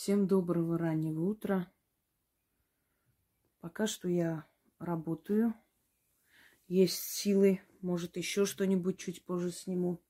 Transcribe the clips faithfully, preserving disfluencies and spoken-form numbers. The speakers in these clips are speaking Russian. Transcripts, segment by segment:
Всем доброго раннего утра. Пока что я работаю. Есть силы. Может, еще что-нибудь чуть позже сниму.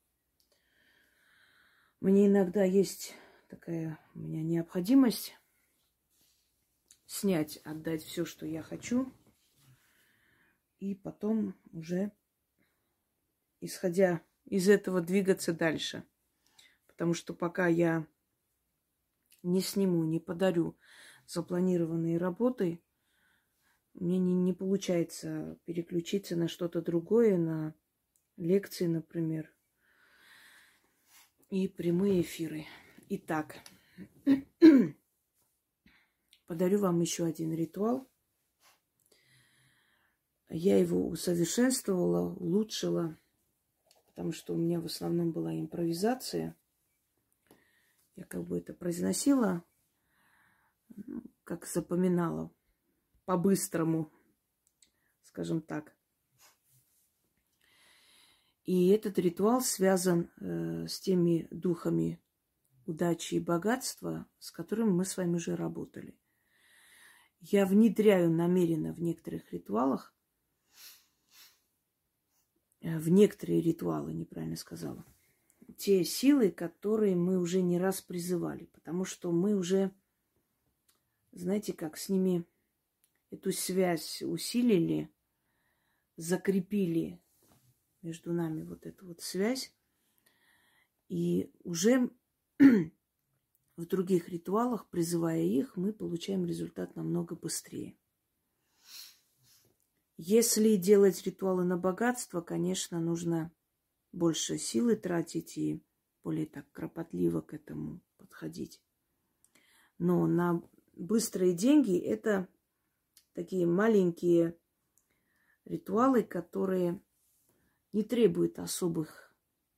Мне иногда есть такая у меня необходимость снять, отдать все, что я хочу. И потом уже, исходя из этого, двигаться дальше. Потому что пока я не сниму, не подарю запланированные работы, мне не, не получается переключиться на что-то другое, на лекции, например, и прямые эфиры. Итак, подарю вам еще один ритуал. Я его усовершенствовала, улучшила, потому что у меня в основном была импровизация. Я как бы это произносила, как запоминала, по-быстрому, скажем так. И этот ритуал связан э, с теми духами удачи и богатства, с которыми мы с вами уже работали. Я внедряю намеренно в некоторых ритуалах, э, в некоторые ритуалы, неправильно сказала, те силы, которые мы уже не раз призывали, потому что мы уже, знаете, как с ними эту связь усилили, закрепили между нами вот эту вот связь. И уже в других ритуалах, призывая их, мы получаем результат намного быстрее. Если делать ритуалы на богатство, конечно, нужно больше силы тратить и более так кропотливо к этому подходить. Но на быстрые деньги это такие маленькие ритуалы, которые не требуют особых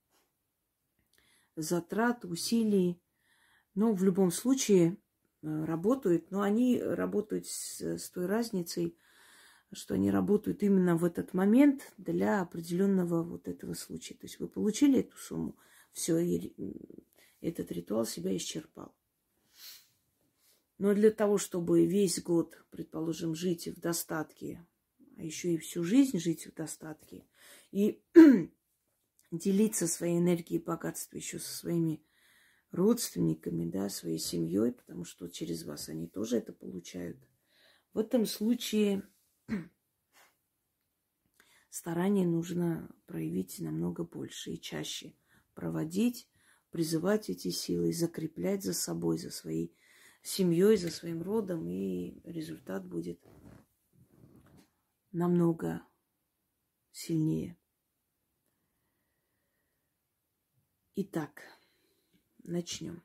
затрат, усилий, но в любом случае работают. Но они работают с, с той разницей, что они работают именно в этот момент для определенного вот этого случая. То есть вы получили эту сумму, все, и этот ритуал себя исчерпал. Но для того, чтобы весь год, предположим, жить в достатке, а еще и всю жизнь жить в достатке, и делиться своей энергией и богатством еще со своими родственниками, да, своей семьей, потому что через вас они тоже это получают. В этом случае старание нужно проявить намного больше и чаще. Проводить, призывать эти силы, закреплять за собой, за своей семьей, за своим родом, и результат будет намного сильнее. Итак, начнем.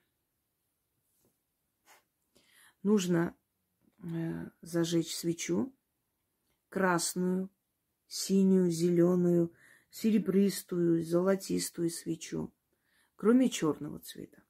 Нужно э, зажечь свечу красную, синюю, зеленую, серебристую, золотистую свечу, кроме черного цвета.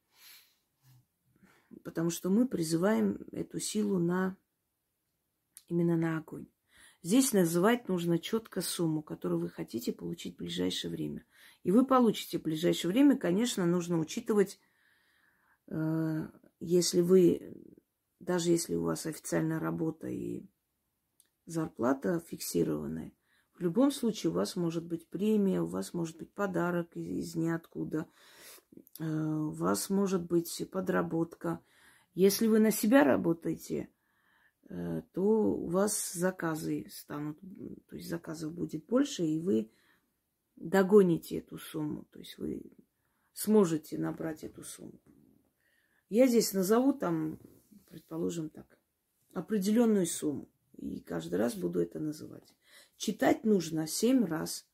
Потому что мы призываем эту силу на, именно на огонь. Здесь называть нужно четко сумму, которую вы хотите получить в ближайшее время. И вы получите в ближайшее время, конечно, нужно учитывать, э, если вы, даже если у вас официальная работа и зарплата фиксированная, в любом случае у вас может быть премия, у вас может быть подарок из, из ниоткуда, э, у вас может быть подработка. Если вы на себя работаете, то у вас заказы станут, то есть заказов будет больше, и вы догоните эту сумму, то есть вы сможете набрать эту сумму. Я здесь назову там, предположим так, определенную сумму, и каждый раз буду это называть. Читать нужно семь раз.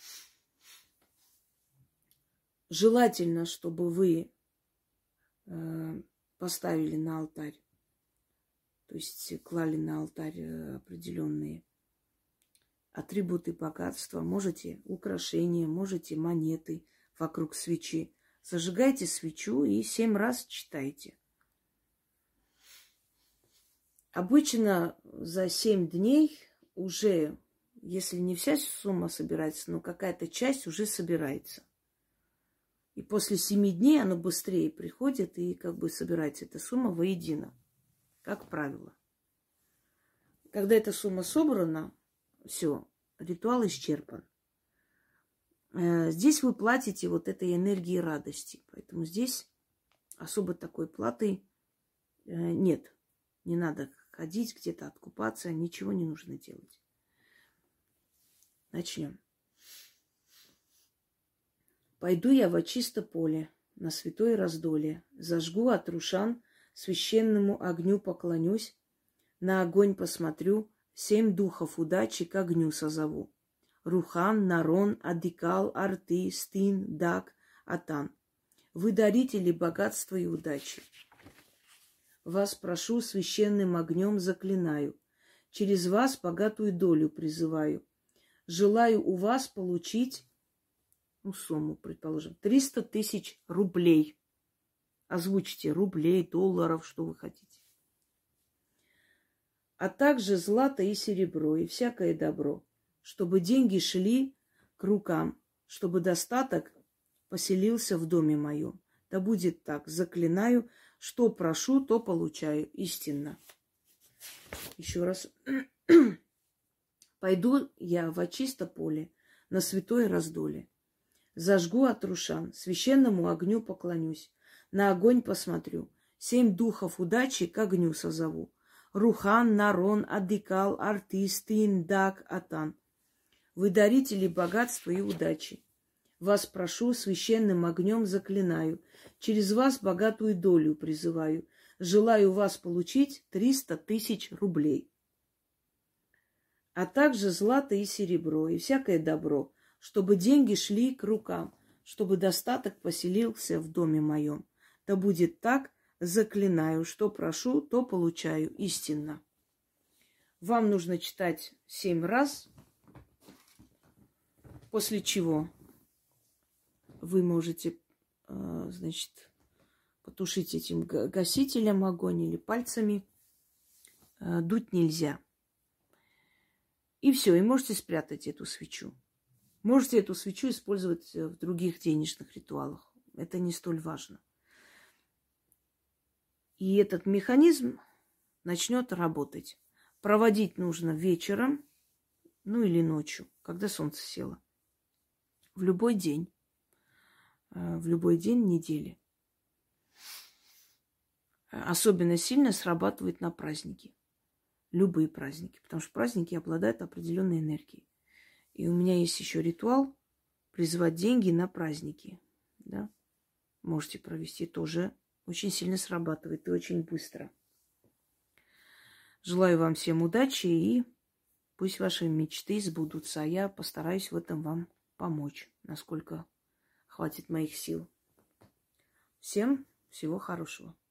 Желательно, чтобы вы э, поставили на алтарь, то есть клали на алтарь определенные атрибуты богатства. Можете украшения, можете монеты вокруг свечи. Зажигайте свечу и семь раз читайте. Обычно за семь дней уже, если не вся сумма собирается, но какая-то часть уже собирается. И после семи дней оно быстрее приходит и как бы собирается эта сумма воедино, как правило. Когда эта сумма собрана, все, ритуал исчерпан. Здесь вы платите вот этой энергией радости. Поэтому здесь особо такой платы нет. Не надо ходить где-то, откупаться, ничего не нужно делать. Начнем. Пойду я во чисто поле, на святое раздолье, зажгу от рушан, священному огню поклонюсь, на огонь посмотрю, семь духов удачи к огню созову. Рухан, Нарон, Адикал, Арты, Стин, Даг, Атан. Вы дарители богатства и удачи. Вас прошу, священным огнем заклинаю. Через вас богатую долю призываю. Желаю у вас получить, ну, сумму, предположим, триста тысяч рублей. Озвучьте рублей, долларов, что вы хотите. А также злато и серебро, и всякое добро, чтобы деньги шли к рукам, чтобы достаток поселился в доме моем. Да будет так, заклинаю, что прошу, то получаю, истинно. Еще раз. Пойду я во чисто поле, на святое раздолье. Зажгу от рушан, священному огню поклонюсь, на огонь посмотрю, семь духов удачи к огню созову. Рухан, Нарон, Адикал, Арты, Стин, Даг, Атан. Вы дарители богатства и удачи. Вас прошу, священным огнем заклинаю. Через вас богатую долю призываю. Желаю вас получить триста тысяч рублей. А также злато и серебро, и всякое добро, чтобы деньги шли к рукам, чтобы достаток поселился в доме моем. Да будет так, заклинаю, что прошу, то получаю, истинно. Вам нужно читать семь раз, после чего вы можете, значит, потушить этим гасителем огонь или пальцами. Дуть нельзя. И все, и можете спрятать эту свечу. Можете эту свечу использовать в других денежных ритуалах. Это не столь важно. И этот механизм начнет работать. Проводить нужно вечером, ну или ночью, когда солнце село. В любой день. В любой день недели. Особенно сильно срабатывает на праздники. Любые праздники. Потому что праздники обладают определенной энергией. И у меня есть еще ритуал призывать деньги на праздники. Да? Можете провести тоже. Очень сильно срабатывает и очень быстро. Желаю вам всем удачи и пусть ваши мечты сбудутся. А я постараюсь в этом вам помочь, насколько хватит моих сил. Всем всего хорошего.